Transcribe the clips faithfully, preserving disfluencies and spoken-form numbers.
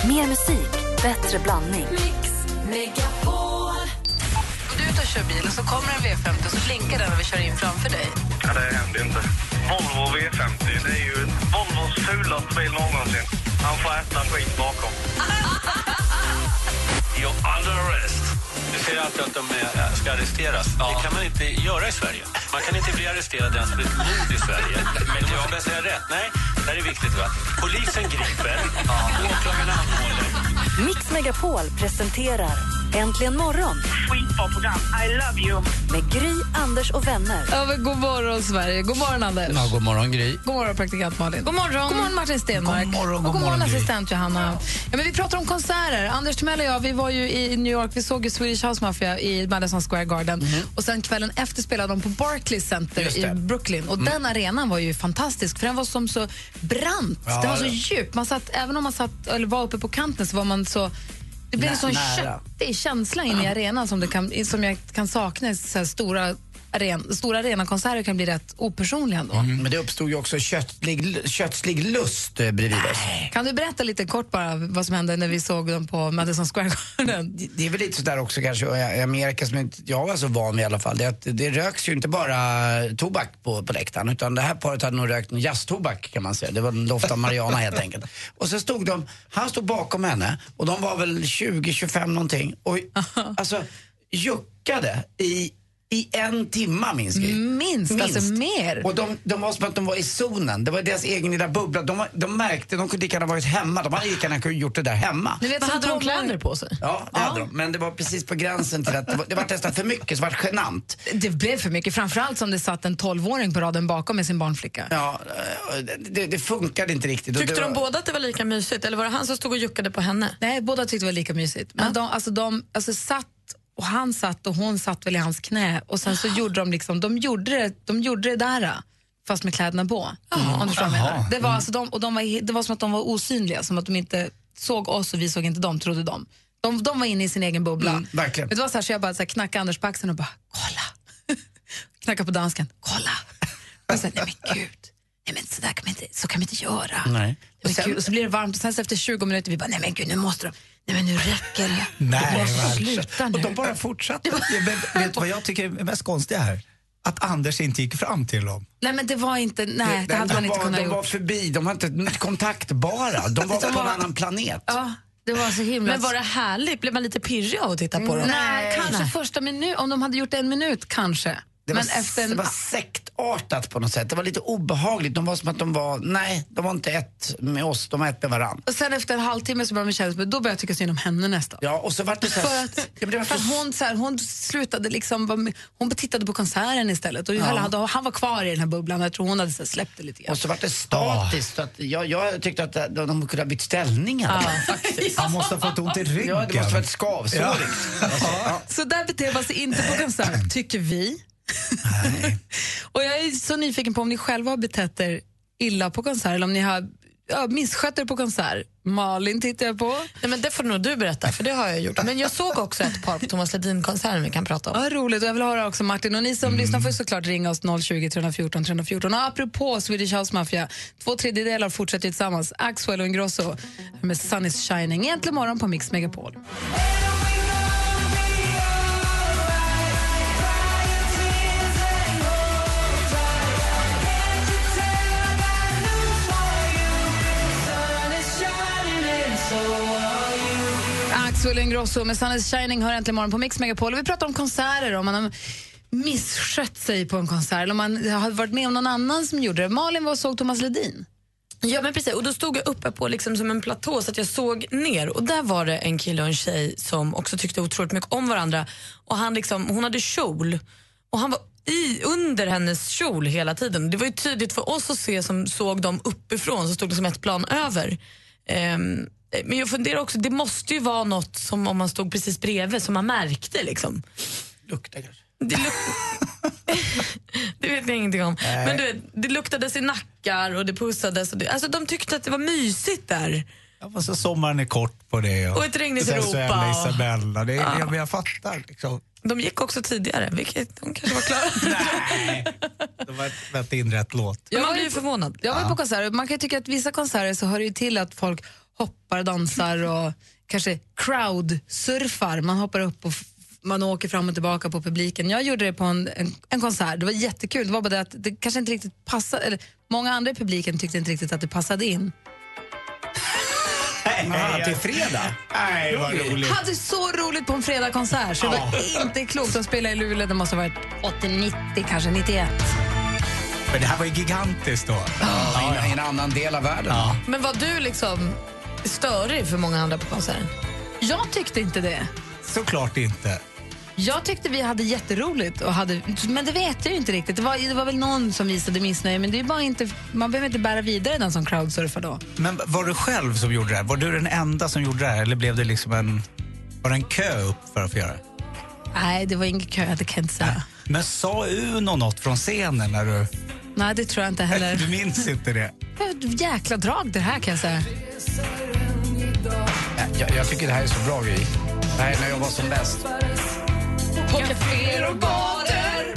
Mer musik, bättre blandning. Mix Megapol. Om du är ute och kör bil och så kommer en V femtio och så blinkar den och vi kör in framför dig. Ja, det händer inte. Volvo V femtio, det är ju Volvos fulaste bil någonsin. Han får äta skit bakom. You're under arrest. Du säger alltid att de är, ska arresteras. Ja. Det kan man inte göra i Sverige. Man kan inte bli arresterad ens för ett mord i Sverige. Men du måste säga rätt. Nej, det här är viktigt, va? Polisen griper. Ja. Åklagaren anhåller. Mix Megapol presenterar Äntligen morgon. Skitbra program. I love you. Med Gry, Anders och vänner. Ja, men god morgon, Sverige. God morgon, Anders. Ja, god morgon, Gry. God morgon, praktikant Malin. God morgon. God morgon, Martin Stenmark. God morgon, god och god morgon, morgon, assistent Johanna. Ja, men vi pratar om konserter. Anders Timell och jag, vi var ju i New York. Vi såg ju Swedish House Mafia i Madison Square Garden. Mm. Och sen kvällen efter spelade de på Barclays Center i Brooklyn. Och mm. den arenan var ju fantastisk, för den var som så brant. Ja, den var så djup. Man satt, även om man satt, eller var uppe på kanten så var man så... Det blir en sån köttig känsla in i arenan som, det kan, som jag kan sakna i så här stora, aren, stora arenakonserter kan bli rätt opersonliga då. Mm. Men det uppstod ju också köttlig, köttslig lust bredvid oss. Kan du berätta lite kort bara vad som hände när vi såg dem på Madison Square Garden? Det, det är väl lite sådär också kanske i Amerika som inte, jag var så van vid i alla fall. Det, att det röks ju inte bara tobak på, på läktaren, utan det här paret hade nog rökt en jazztobak kan man säga. Det var en doft av marijuana helt enkelt. Och så stod de, han stod bakom henne och de var väl tjugo tjugofem någonting och alltså juckade i I en timma minst. Minst, minst. Alltså mer. Och de, de var som att de var i zonen. Det var deras egen lilla bubbla. De, var, de märkte, de kunde lika gärna varit hemma. De hade lika gärna gjort det där hemma. Ni vet, så hade de kläder på sig? Ja, det ja. hade de. Men det var precis på gränsen till att det var, det var nästan för mycket, så var det genant. Det blev för mycket, framförallt som det satt en tolvåring på raden bakom med sin barnflicka. Ja, det, det funkade inte riktigt. Tyckte det var... de båda att det var lika mysigt? Eller var det han som stod och juckade på henne? Nej, båda tyckte det var lika mysigt. Men ja. de, alltså, de alltså, satt och han satt och hon satt väl i hans knä och sen så gjorde de liksom, de gjorde det, de gjorde det där fast med kläderna på. Mm. Om du menar. Det var alltså de, och de var, det var som att de var osynliga, som att de inte såg oss och vi såg inte dem, trodde de. De, de var inne i sin egen bubbla. Mm, verkligen. Det var så här, så jag bara så här, knackade Anders på axeln och bara, kolla. Knacka på dansken, kolla. Och sen, nej men gud. Nej men så där kan man inte, så kan man inte göra. Nej. Och, sen, och så blir det varmt och sen efter tjugo minuter vi bara, nej men gud, nu måste de. Nej men nu räcker det. Nej, sluta nu. Och de bara fortsatte. Jag vet vad jag tycker är mest konstiga här? Att Anders inte gick fram till dem. Nej men det var inte, nej det, det hade de man inte var, kunnat De gjort. var förbi, de var inte kontaktbara. De var på en annan planet. Ja, det var så himla. Men var det härligt? Blev man lite pirrig av att titta på dem? Nej, kanske nej. Första minut, om de hade gjort en minut kanske. Det, men var, efter en... det var sektartat på något sätt. Det var lite obehagligt. De var som att de var, nej, de var inte ett med oss, de var ett med varandra. Och sen efter en halvtimme så började vi känna, då började jag tycka synd om henne nästan. Ja, och så var det så här, för att, ja, det var för att hon, så här, hon slutade liksom, hon tittade på konserten istället. Och ja. hade, han var kvar i den här bubblan, jag tror hon hade så här, släppt det lite grann. Och så var det statiskt. Oh. Att jag, jag tyckte att de kunde ha bytt ställningar. Ja, faktiskt. Han måste ha fått ont i ryggen. Ja, det måste vara ett skavsårigt. Ja. Alltså, ja. Så där beter man sig inte på konsert, tycker vi. Nej. Och jag är så nyfiken på om ni själva har betett er illa på konsert eller om ni har ja, misskött er på konsert. Malin tittar jag på. Nej, men det får nog du berätta, för det har jag gjort. Men jag såg också ett par på Thomas Ledin-konserten vi kan prata om. Ja, roligt. Och jag vill höra också Martin. Och ni som mm. lyssnar får såklart ringa oss noll tjugo, tre fjorton, tre fjorton. Och apropå Swedish House Mafia, två tredjedelar fortsätter tillsammans. Axwell och Ingrosso med Sun is Shining. Egentligen morgon på Mix Megapol. Axwell Ingrosso med Sun is Shining hör äntligen morgon på Mix Megapol. Och vi pratar om konserter, om man har misskött sig på en konsert eller om man har varit med om någon annan som gjorde det. Malin var och såg Thomas Ledin. Ja men precis, och då stod jag uppe på liksom som en platå så att jag såg ner, och där var det en kille och en tjej som också tyckte otroligt mycket om varandra, och han liksom, hon hade kjol och han var i, under hennes kjol hela tiden. Det var ju tydligt för oss att se som såg dem uppifrån, så stod det som ett plan över. Um, men jag funderar också, det måste ju vara något som om man stod precis bredvid som man märkte liksom. Luktar kanske. Det, luk- det vet jag ingenting om. Nej. Men du, det luktades i nackar och det pussades. Och det, alltså de tyckte att det var mysigt där. Ja, och så sommaren är kort på det. Och, och ett regnigt Europa. Sensuella Isabella. Det, ja. jag, jag fattar liksom. De gick också tidigare, vilket de kanske var klara. Nej, det var ett inrätt låt. Jag man blir ju förvånad. Jag var ja. på konserter. Man kan ju tycka att vissa konserter så hör det ju till att folk hoppar, dansar och kanske crowdsurfar. Man hoppar upp och f- man åker fram och tillbaka på publiken. Jag gjorde det på en, en, en konsert. Det var jättekul. Det var bara det att det kanske inte riktigt passade, eller många andra i publiken tyckte inte riktigt att det passade in. Ja, till fredag. Nej, vad roligt. Hade så roligt på en fredagkonsert så det var inte klokt att spela i Luleå. Det måste ha varit åttio nittio, kanske nittioett. Men det här var ju gigantiskt då. Ja, i en annan del av världen. Ja. Men var du liksom störig för många andra på konserten? Jag tyckte inte det. Såklart inte. Jag tyckte vi hade jätteroligt och hade, men det vet jag ju inte riktigt. Det var, det var väl någon som visade missnöje, men det är bara inte, man behöver inte bära vidare den som crowdsurfar då. Men var du själv som gjorde det här? Var du den enda som gjorde det här? Eller blev det liksom en, var det en kö upp för att få göra det? Nej, det var ingen kö, det kan jag inte säga. Men sa Uno något från scenen när du... Nej, det tror jag inte heller. Du minns inte det? Det var ett jäkla drag det här kan jag säga. Ja, jag, jag tycker det här är så bra grej. Det här är när jag var som bäst. På kaféer och barer.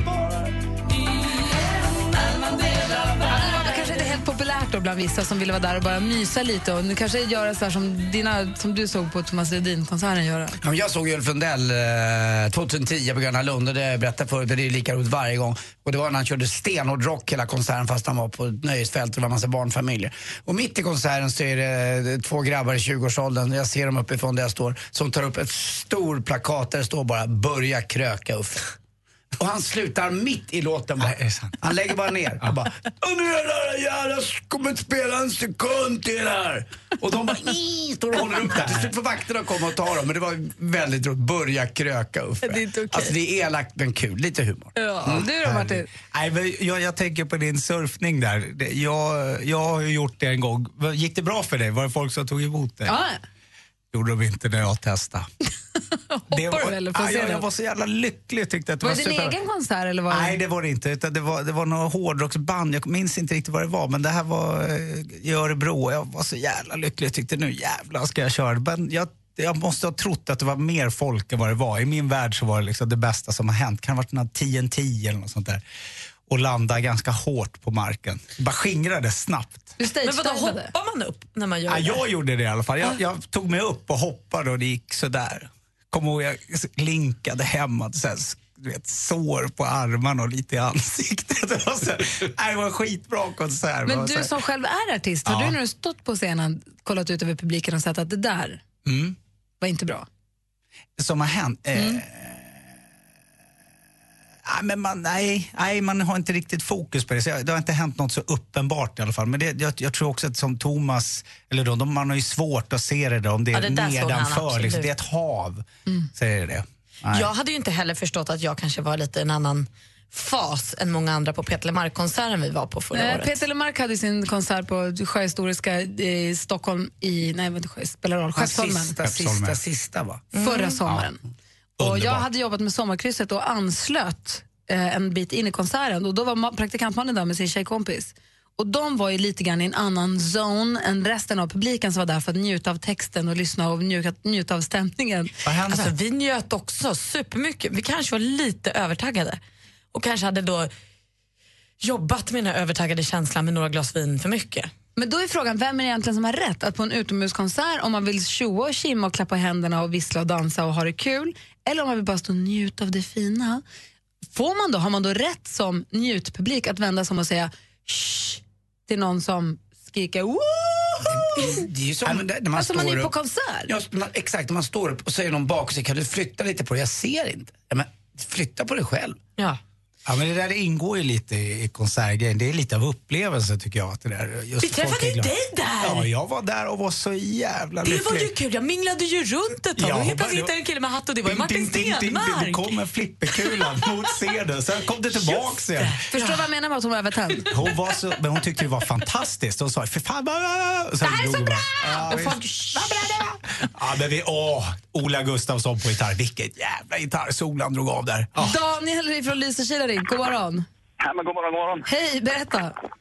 Det var kanske inte helt populärt då bland vissa som ville vara där och bara mysa lite och nu kanske göra så här som, dina, som du såg på Thomas Ledin-konserten göra. Ja, men jag såg Ulf Lundell eh, tjugohundratio på Gröna Lund och det berättade jag förut, det är lika roligt varje gång. Och det var när han körde stenhård rock hela konserten fast han var på ett nöjesfält och det var en massa barnfamiljer. Och mitt i konserten så är det två grabbar i tjugoårsåldern, jag ser dem uppifrån där jag står, som tar upp ett stor plakat där det står bara börja kröka upp. Och han slutar mitt i låten bara. Nej, Han lägger bara ner och bara och nu är det jävla kommer inte spela en sekund till här. Och de bara nej, står och håller upp där. Till slut får vakterna komma och ta dem. Men det var väldigt roligt. Börja kröka upp. Det är inte okej. Alltså det är elakt men kul. Lite humor. Ja, du då Martin? Nej, men jag, jag tänker på din surfning där. Det- Jag, jag har ju gjort det en gång. Gick det bra för dig? Var det folk som tog emot dig? Ja, Gjorde de inte när jag testade. hoppar du eller på ja, jag, scenen? jag var så jävla lycklig och tyckte att det Var var, det din super... egen konsert eller var det? Nej, det var det inte. Utan det var, det var några hårdrocksband. Jag minns inte riktigt vad det var. Men det här var eh, i Örebro. Jag var så jävla lycklig. Jag tyckte nu jävlar ska jag köra. Men jag, jag måste ha trott att det var mer folk än vad det var. I min värld så var det liksom det bästa som har hänt. Kan det ha varit någon T N T eller något sånt där. Och landa ganska hårt på marken. Bara skingrade snabbt. Du Men vadå, stage-divade? hoppar man upp när man gör Ja, det? jag gjorde det i alla fall. Jag, jag tog mig upp och hoppade och det gick så där. Kom ihåg, jag linkade hem att så här, du vet, sår på armarna och lite i ansiktet. Det var, så här, nej, det var en skitbra konsert. Men var du så här, som själv är artist, har Ja. du när du stått på scenen kollat ut över publiken och sett att det där Mm. var inte bra? som har hänt. Eh, nej, men man, nej, nej, man har inte riktigt fokus på det. Så jag, det har inte hänt något så uppenbart i alla fall. Men det, jag, jag tror också att som Thomas, eller då, de, man har ju svårt att se det då, om det är Ja, det där såg han nedanför. absolut. Liksom, det är ett hav, säger det. Nej. Jag hade ju inte heller förstått att jag kanske var lite en annan fas än många andra på Peter Lemark-konserten vi var på förra Eh, året. Peter Lemark hade sin konsert på Sjöhistoriska i Stockholm i, nej vad det spelar roll, Skeppsholmen. Sista, sista, sista va? Förra sommaren. Och jag Underbart. hade jobbat med Sommarkrysset och anslöt eh, en bit in i konserten och då var ma- praktikantmannen där med sin tjejkompis. Och de var ju lite grann i en annan zone än resten av publiken som var där för att njuta av texten och lyssna och njuta, njuta av stämningen. Vad hände? Alltså, vi njöt också supermycket. Vi kanske var lite övertaggade och kanske hade då jobbat med den här övertaggade känslan med några glas vin för mycket. Men då är frågan, vem är det egentligen som har rätt? Att på en utomhuskonsert, om man vill tjoa och kimma och klappa händerna och vissla och dansa och ha det kul, eller om man vill bara stå och njuta av det fina. Får man då, har man då rätt som njutpublik att vända sig om och säga shh till någon som skriker woho! Det är ju som när man Alltså står man är ju på upp. konsert. Ja, man, exakt, när man står upp och säger någon bak och säger kan du flytta lite på det? Jag ser inte. Ja, men flytta på det själv. Ja. Ja, men det där ingår ju lite i konsertgrejen. Det är lite av upplevelse tycker jag. Att det där, just Vi folk är träffade ju glada. dig där! Ja, jag var där och var så jävla Det lycklig. var ju kul, jag minglade ju runt ett tag Ja, och helt bara- plötsligt hittade jag en kille med hatt och det var ju Ding, Martin ding, ding, ding, ding. Det Stenmark. kom en flipperkula mot scenen. Sen kom det tillbaks igen. Förstår du vad jag menar med att hon var övertänd? Hon var så, men hon tyckte det var fantastiskt. Hon sa, för fan, det här är så bra! Ja, Och visst. folk, vad bra det var! Ja, men vi, åh, Ola Gustafsson på gitarr. Vilket jävla gitarrsolo han drog av där. Ja. Daniel från Lysekil ring, god morgon. Ja, men god morgon, god morgon. Hej, berätta.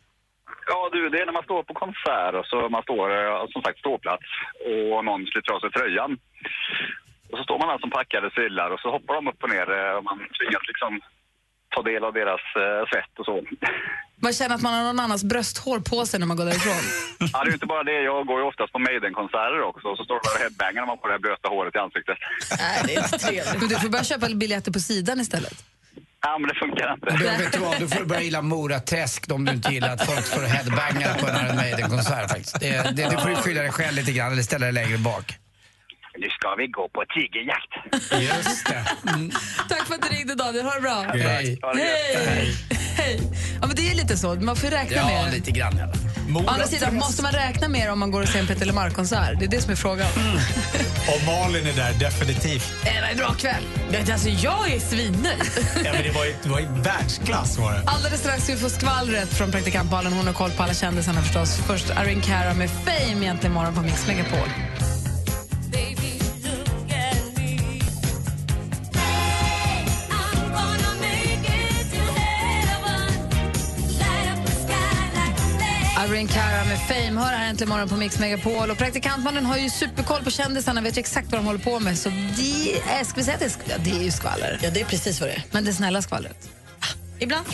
Ja du, det är när man står på konsert och så man står eh, som sagt ståplats och någon sliter av sig tröjan. Och så står man där som packade sillar och så hoppar de upp och ner eh, och man tvingas liksom ta del av deras eh, svett och så. Man känner att man har någon annans brösthår på sig när man går därifrån. Ja, det är inte bara det. Jag går ju oftast på Maiden-konserter också. Så står det bara headbanger när man får det här blöta håret i ansiktet. Nej, det är inte trevligt. Men du får börja köpa biljetter på sidan istället. Ja, men det funkar inte. Du, vet du vad, du får börja gilla Mora-träsk om du inte gillar att folk står och headbangar på en Iron Maiden-konsert faktiskt. Det, det, du får ju skylla dig själv lite grann eller ställa dig längre bak. Nu ska vi gå på tigerjakt. Just det. Mm. Tack för att du ringde, Daniel. Ha det bra. Hej. Hej. Hej. Ja, men det är lite så. Man får räkna Ja, med. lite grann i alla fall. Å andra sidan, måste man räkna mer om man går och ser en Peter Lemar-konsert? Det är det som är frågan. Mm. Och Malin är där, definitivt. Det var en bra kväll. Ja, alltså, jag är svinnöjd. Ja, men det var ju, det var ju världsklass var det. Alldeles strax ska vi få skvallret från praktikantbalen. Hon har koll på alla kändisarna förstås. Först Irene Cara med Fame egentligen morgon på Mix Megapol. Irene Cara med Fame hör här äntligen morgon på Mix Megapol. Och praktikantmannen har ju superkoll på kändisarna, vet ju exakt vad de håller på med. Så det är, ska vi säga att det är, ja, det är ju skvaller. Ja, det är precis vad det är. Men det är snälla skvallret. Ibland.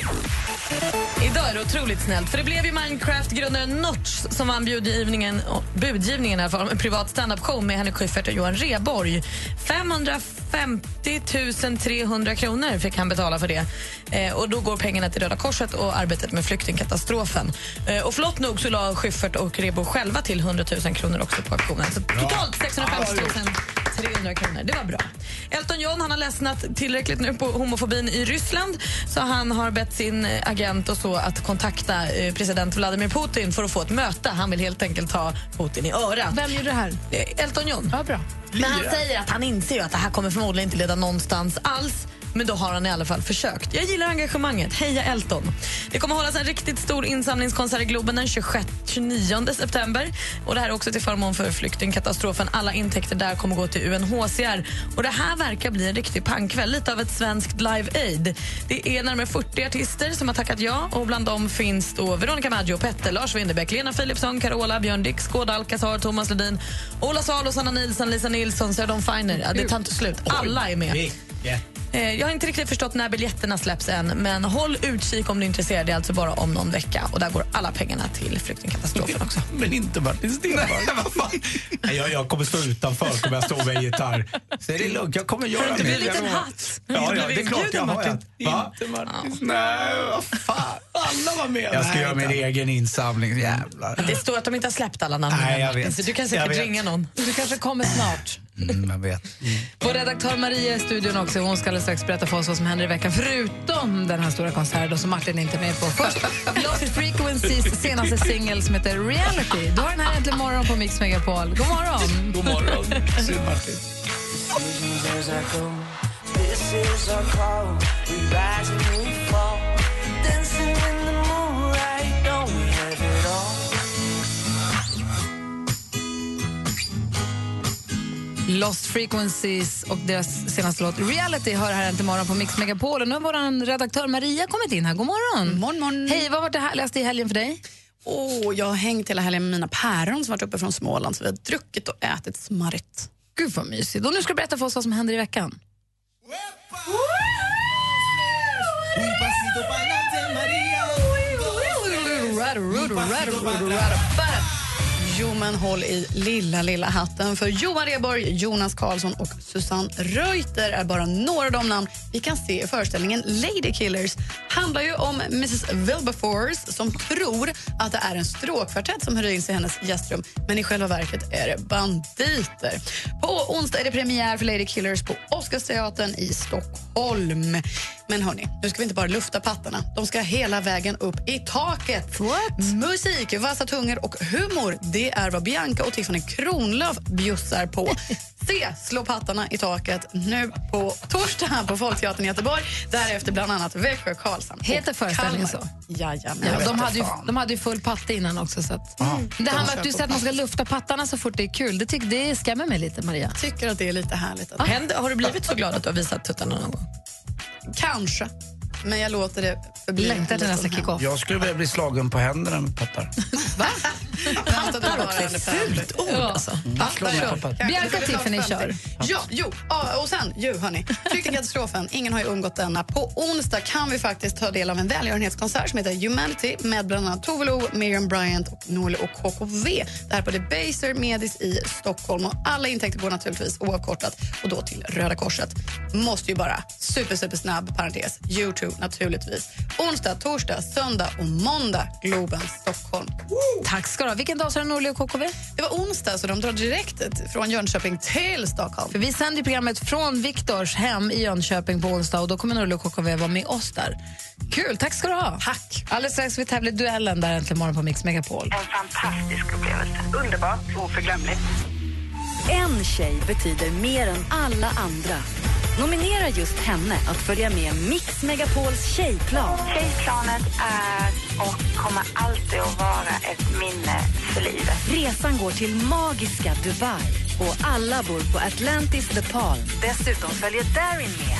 Idag är det otroligt snällt, för det blev ju Minecraft-grundaren Notch som vann budgivningen, budgivningen i alla fall, en privat stand-up-show med Henrik Schyffert och Johan Rheborg. femhundrafemtio tusen trehundra kronor fick han betala för det. Eh, och då går pengarna till Röda Korset och arbetet med flyktingkatastrofen. Eh, och flott nog så la Schyffert och Rheborg själva till hundra tusen kronor också på auktionen. Så totalt sexhundrafemtio tusen trehundra kronor. Det var bra. Elton John, han har ledsnat tillräckligt nu på homofobin i Ryssland, så han har bett sin agent och så att kontakta eh, president Vladimir Putin för att få ett möte. Han vill helt enkelt ta Putin i örat. Vem gjorde det här? Eh, Elton John. Ja, bra. Men han säger att han inser ju att det här kommer förmodligen inte leda någonstans alls. Men då har han i alla fall försökt. Jag gillar engagemanget. Heja Elton. Det kommer hållas en riktigt stor insamlingskonsert i Globen den tjugosjätte till tjugonionde september. Och det här är också till förmån för flyktingkatastrofen. Alla intäkter där kommer gå till U N H C R. Och det här verkar bli en riktig pangkväll. Lite av ett svenskt Live Aid. Det är närmare fyrtio artister som har tackat ja. Och bland dem finns då Veronica Maggio, Petter, Lars Winnerbäck, Lena Philipsson, Carola, Björn Dix, Skåda Alcazar, Thomas Ledin, Ola Salo, Sanna Nilsson, Lisa Nilsson, Serdon Feiner. Ja, det tar inte slut. Alla är med. Yeah. Jag har inte riktigt förstått när biljetterna släpps än, men håll utkik om du är intresserad. Det är alltså bara om någon vecka. Och där går alla pengarna till flyktingkatastrofen också. Men inte Martin Stenmark. jag, jag kommer stå utanför, kommer jag stå med en gitarr. Så är det lugnt, jag kommer göra det. det. Det blir en liten hatt. Ja, ja, det är klart jag har. Inte Martin. Nej, vad fan. Alla var med. Jag ska göra min egen insamling, jävlar. Det står att de inte har släppt alla namn. Nej, jag vet. Så du kan säkert ringa någon. Du kanske kommer snart. Mm, jag vet. Mm. Vår redaktör Maria är i studion också. Hon ska alldeles strax berätta för oss vad som händer i veckan. Förutom den här stora konserten som Martin inte är med på. Först Lost Frequencies senaste singel som heter Reality. Du har den här äntligen morgon på Mix Megapol. God morgon. God morgon. Synd Martin. Lost Frequencies och deras senaste låt Reality hör här äntligen morgon på Mix Megapol. Och nu har vår redaktör Maria kommit in här. God morgon. Morgon, morgon. Hej, vad var det härligaste i helgen för dig? Oh, jag har hängt hela helgen med mina päron som varit uppe från Småland, så vi har druckit och ätit smarrigt. Gud vad mysigt. Och nu ska du berätta för oss vad som händer i veckan. Jo, men håll i lilla, lilla hatten. För Johan Rheborg, Jonas Karlsson och Susanne Reuter är bara några av de namn vi kan se i föreställningen Lady Killers. Handlar ju om missus Wilberforce som tror att det är en stråkkvartett som hyr in sig i hennes gästrum. Men i själva verket är det banditer. På onsdag är det premiär för Lady Killers på Oscarsteatern i Stockholm. Men hörni, nu ska vi inte bara lufta pattarna. De ska hela vägen upp i taket. What? Musik, vassa tungor och humor. Det är vad Bianca och Tiffany Kronlöf bjussar på. Se, slå pattarna i taket nu på torsdag på Folkteatern i Göteborg. Därefter bland annat Växjö, Karlshamn. Heter föreställningen så? Jajamän. Ja, de, hade ju, de hade ju full patte innan också. Så att, mm. Det här med att du säger att man ska lufta pattarna så fort det är kul, det, tycker, det skrämmer mig lite, Maria. Tycker att det är lite härligt. Att... Händer, har du blivit så glad att du har visat tuttarna någon gång? Kanske. men jag låter det förbli. Längtar till nästa kick-off. Jag skulle vilja bli slagen på händerna med pattar. Va? Pattar också ett fult ord. Alltså. Bianca Tiffany kör. Ja, jo. Och sen, ju hörni. Flyktingkatastrofen, ingen har ju undgått denna. På onsdag kan vi faktiskt ta del av en välgörenhetskonsert som heter Humanity med bland annat Tove Lo, Miriam Bryant och Norli och K K V. Det här på The Baser Medis i Stockholm. Och alla intäkter går naturligtvis oavkortat och då till Röda Korset. Måste ju bara, super, super snabb parentes, YouTube naturligtvis. Onsdag, torsdag, söndag och måndag, Globen, Stockholm. Woo! Tack ska du ha. Vilken dag sa du Norli och K K V? Det var onsdag, så de drar direkt från Jönköping till Stockholm. För vi sänder programmet från Viktors hem i Jönköping på onsdag och då kommer Norli och K K V vara med oss där. Kul, tack ska du ha. Tack. Alldeles strax vi tävlar duellen där äntligen morgon på Mix Megapol. En fantastisk upplevelse. Underbart och oförglömligt. En tjej betyder mer än alla andra. Nominera just henne att följa med Mix Megapols tjejplan. Tjejplanet är och kommer alltid att vara ett minne för livet. Resan går till magiska Dubai och alla bor på Atlantis The Palm. Dessutom följer Darin med.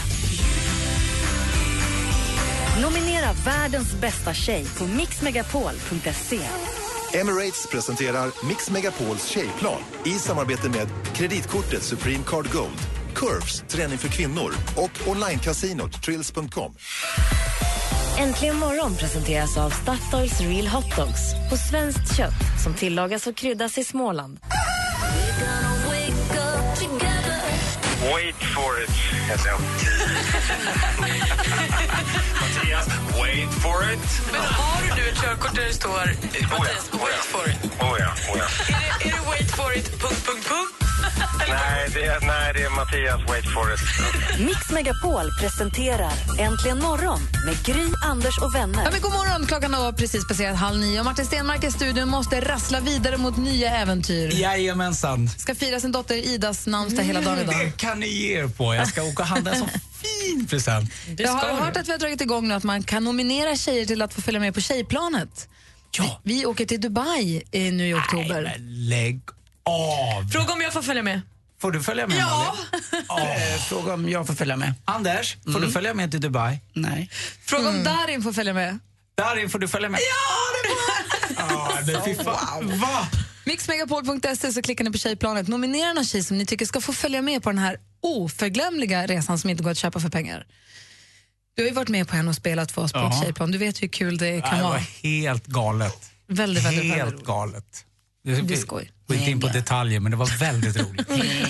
Nominera världens bästa tjej på mix megapol punkt se. Emirates presenterar Mix Megapols tjejplan i samarbete med kreditkortet Supreme Card Gold, Curves, träning för kvinnor och onlinekasinot trills punkt com. Äntligen morgon presenteras av Statoils Real Hot Dogs på svenskt kött som tillagas och kryddas i Småland. Wait for it, heter jag. Mattias, wait for it. Men har du ett körkort där det står Mattias, wait for it? Oh ja, oh ja. Är det, är det wait for it, punkt, punkt, punkt? Nej, det är, nej, det är Mattias, wait for it. Mix Megapol presenterar Äntligen morgon med Gry, Anders och vänner. Ja, men god morgon, klockan har precis passerat halv nio och Martin Stenmark i studion måste rassla vidare mot nya äventyr. Jajamensan. Ska fira sin dotter Idas namnsdag hela dagen idag. Det kan ni ge er på. Jag ska åka och handla en sån fin present. Jag har hört att vi har dragit igång nu att man kan nominera tjejer till att få följa med på tjejplanet. Ja. Vi, vi åker till Dubai i nu i oktober. Nej, men lägg av. Fråga om jag får följa med. Får du följa med, Ja. Malin? Eh, Fråga om jag får följa med. Anders, får Mm. du följa med till Dubai? Nej. Fråga om Darin får följa med. Darin, får du följa med? Ja, det får Ja, men fy fan. Va? mix megapol punkt se så klickar ni på tjejplanet. Nominera någon tjej som ni tycker ska få följa med på den här oförglömliga resan som inte går att köpa för pengar. Du har ju varit med på henne och spelat för oss på Ja. ett tjejplan. Du vet hur kul det kan Ja, det var vara. helt galet. Väldigt, väldigt, helt väldigt galet. Det är skoj. Gå inte in på detaljer, men det var väldigt roligt.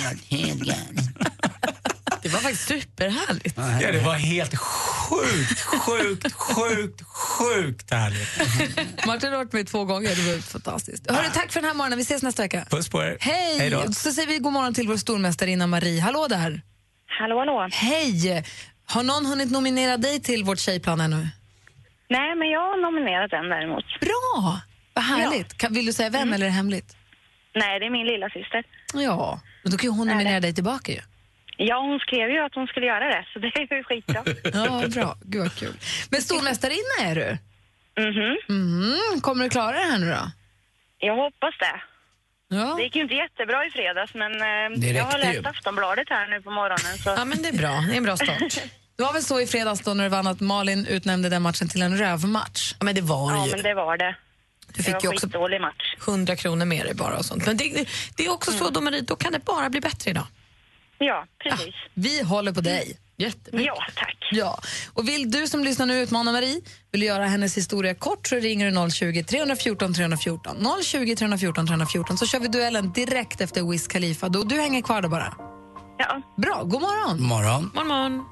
Det var faktiskt superhärligt. Ja, det var helt sjukt, sjukt, sjukt, sjukt härligt. Martin har varit med två gånger, det var fantastiskt. Hörru, tack för den här morgonen, vi ses nästa vecka. Puss på er. Hej! Hej då. Så säger vi god morgon till vår stormästarinna Marie. Hallå där! Hallå, hallå. Hej! Har någon hunnit nominera dig till vårt tjejplan ännu? Nej, men jag har nominerat en däremot. Bra! Vad härligt. Kan, vill du säga vem Mm. eller är det hemligt? Nej, det är min lilla syster. Ja, men då kan ju hon nominera dig tillbaka ju. Ja, hon skrev ju att hon skulle göra det, så det är ju skitbra. Ja, bra. Gud vad kul. Men stormästarinna är du? Mhm. Mm, kommer du klara det här nu då? Jag hoppas det. Ja. Det gick ju inte jättebra i fredags, men eh, Det jag har räckte läst ju. Aftonbladet här nu på morgonen. Så. Ja, men det är bra. Det är en bra start. Det var väl så i fredags då när det vann att Malin utnämnde den matchen till en rövmatch? Ja, men det var Ja, ju. men det var det. Du fick det ju var också skitdålig match. hundra kronor mer i bara och sånt. Men det, det är också så då, Marie, då kan det bara bli bättre idag. Ja, precis. Vi håller på dig. Jättemycket. Ja, tack. Ja. Och vill du som lyssnar nu utmana Marie, vill du göra hennes historia kort så ringer du noll tjugo, tre fjorton, tre fjorton. noll tjugo, tre fjorton, tre fjorton så kör vi duellen direkt efter Wiz Khalifa. Då du hänger kvar där bara. Ja. Bra, god morgon. Morgon. Morgon.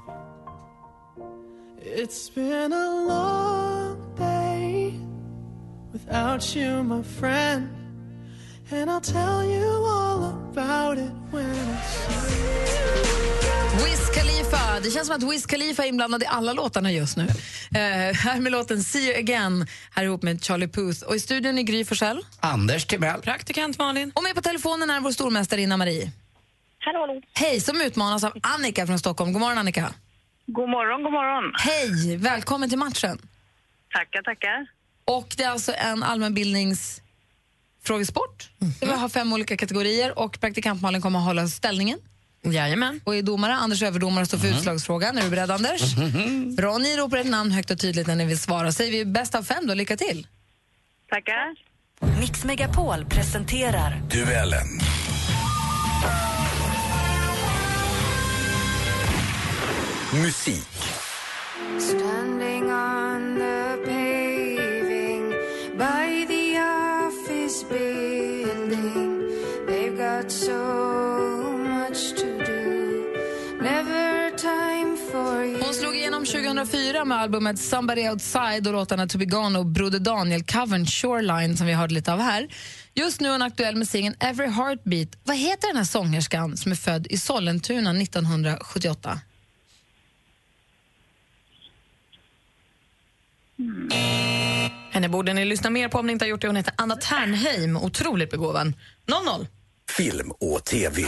It's been a long day without you, my friend, and I'll tell you all about it when it's Wiz Khalifa. Det känns som att Wiz Khalifa är inblandad i alla låtarna just nu. Uh, här med låten See You Again, här ihop med Charlie Puth. Och i studion är Gry Forssell. Anders Timell. Praktikant Malin. Och med på telefonen är vår stormästarinna Marie. Hallå, hallå. Hej, som utmanas av Annika från Stockholm. God morgon Annika. God morgon, god morgon. Hej, välkommen till matchen. Tackar, tackar. Och det är alltså en allmänbildningsfrågesport. Mm. Vi har fem olika kategorier och praktikant Malin kommer att hålla ställningen. Jajamän. Och är domare, Anders överdomare, står för mm. utslagsfrågan. Är du beredd, Anders? Mm. Bra, ni ropar ett namn högt och tydligt när ni vill svara. Säger vi bäst av fem då, lycka till. Tackar. Mix Megapol presenterar Duellen. Musik. Standing on the paving by the office building, they've got so much to do, never time for you. Hon slog igenom tjugohundrafyra med albumet Somebody Outside och låtarna To Be Gone och Broder Daniel covern Shoreline som vi hörde lite av här. Just nu är hon aktuell med singeln Every Heartbeat. Vad heter den här sångerskan som är född i Sollentuna nittonhundrasjuttioåtta? Mm. Henne borde ni lyssna mer på om ni inte har gjort det. Hon heter Anna Ternheim, otroligt begåvad. noll noll. Film och tv.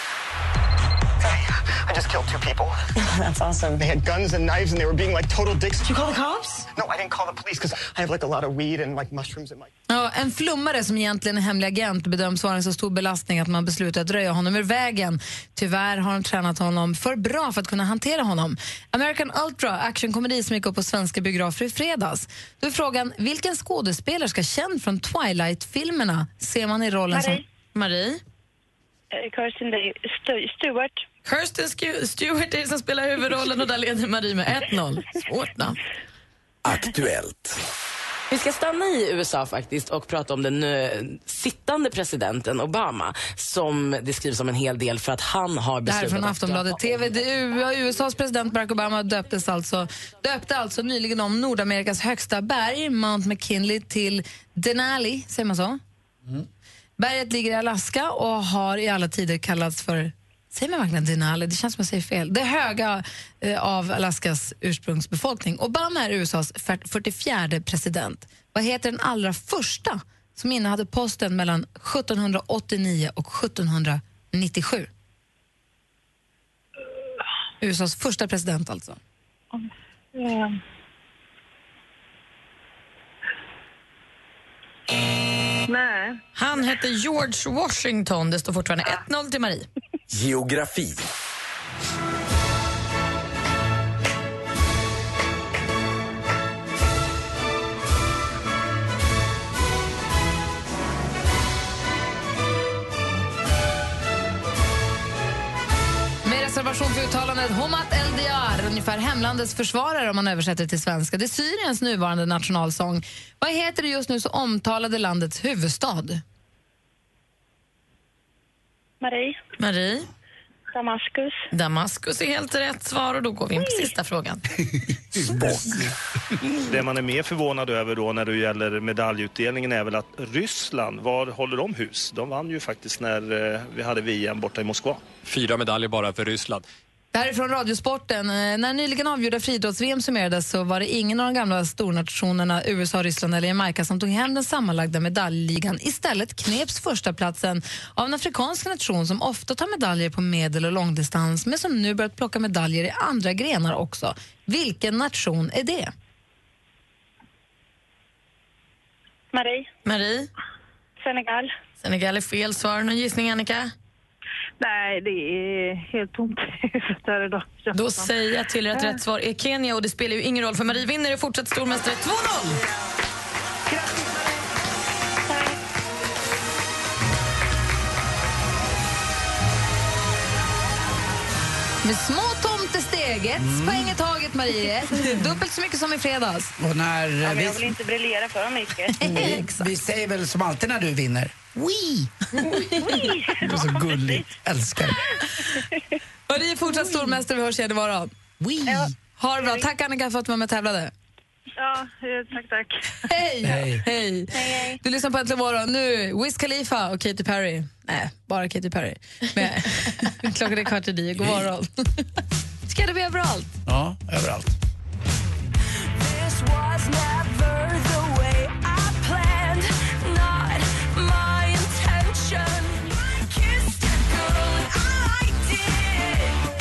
I just killed two people. That's awesome. They had guns and knives and they were being like total dicks. Did you call the cops? No, I didn't call the police because I have like a lot of weed and like mushrooms in my... Ja, en flummare som egentligen är hemlig agent bedöms vara en så stor belastning att man beslutar att röja honom ur vägen. Tyvärr har de tränat honom för bra för att kunna hantera honom. American Ultra, actionkomedi som gick upp på svenska biografer i fredags. Då är frågan, vilken skådespelerska känd från Twilight-filmerna ser man i rollen Marie. som... Marie? Kirsten Stewart. Kirsten Stewart är det som spelar huvudrollen och där leder Marie med ett noll. Svårt namn. Aktuellt. Vi ska stanna i U S A faktiskt och prata om den uh, sittande presidenten Obama som det skrivs om en hel del för att han har beslutat... Det här är från Aftonbladet T V. U S A:s president Barack Obama döptes alltså, döpte alltså nyligen om Nordamerikas högsta berg, Mount McKinley, till Denali, säger man så? Mm. Berget ligger i Alaska och har i alla tider kallats för... Säger man verkligen Denali? Det känns som att jag säger fel. Det höga eh, av Alaskas ursprungsbefolkning. Obama är U S A:s fyrtiofjärde president. Vad heter den allra första som innehade posten mellan sjuttonhundraåttionio och sjuttonhundranittiosju? U S A:s första president alltså. Mm. Nej. Han hette George Washington. Det står fortfarande ett noll till Marie. Geografi. Med reservation för uttalandet Homat El Diar, ungefär hemlandets försvarare om man översätter till svenska. Det är Syriens nuvarande nationalsång. Vad heter det just nu så omtalade landets huvudstad? Marie. Marie. Damaskus. Damaskus är helt rätt svar och då går vi in på sista frågan. Det man är mer förvånad över då när det gäller medaljutdelningen är väl att Ryssland, var håller de hus? De vann ju faktiskt när eh, vi hade V M borta i Moskva. Fyra medaljer bara för Ryssland. Det här är från Radiosporten. När nyligen avgjorda friidrotts-V M summerades så var det ingen av de gamla stornationerna U S A, Ryssland eller Jamaica som tog hem den sammanlagda medaljligan. Istället kneps första platsen av en afrikansk nation som ofta tar medaljer på medel- och långdistans men som nu börjat plocka medaljer i andra grenar också. Vilken nation är det? Marie. Marie. Senegal. Senegal är fel svar. Någon gissning, Annika? Nej, det är helt tomt där idag. Då säger jag till er att rätt svar är Kenya och det spelar ju ingen roll för Marie vinner och fortsatt stormästare två noll. Med små tomtesteg, ett mm. poäng i taget, Marie. Dubbelt så mycket som i fredags. Och när ja, vi... jag vill inte briljera för mycket. vi, vi säger väl som alltid när du vinner. Oui! Det är så gulligt. Älskar. Marie är fortsatt stormästare, vi hörs igen imorgon. Oui! Ja. Ha det bra. Tack Annika för att du var med och tävlade. Ja, tack, tack. Hej! Hej. Hej! Hej. Du lyssnar på Äntligen morgon. Nu Wiz Khalifa och Katy Perry. Nej, bara Katy Perry. Men klockan är kvart i nio. God morgon. Ska det bli överallt? Ja, överallt. This was never the way I planned, not my intention. I kissed a girl and I did.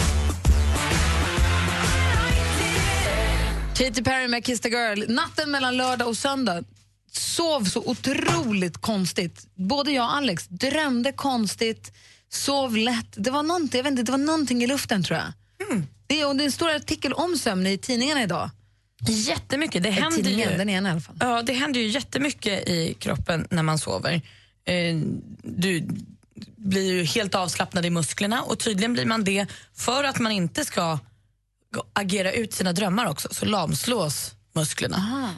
I did. Katy Perry med Kiss the Girl. Natten mellan lördag och söndag sov så otroligt konstigt. Både jag och Alex drömde konstigt, sov lätt. Det var någonting, jag vet inte, det var någonting i luften tror jag. Mm. Det, är, det är en stor artikel om sömn i tidningarna idag. Jättemycket. Det händer tidningen, ju, den ena i alla fall. Ja, det händer ju jättemycket i kroppen när man sover. Eh, du blir ju helt avslappnad i musklerna och tydligen blir man det för att man inte ska agera ut sina drömmar också. Så lamslås musklerna. Aha.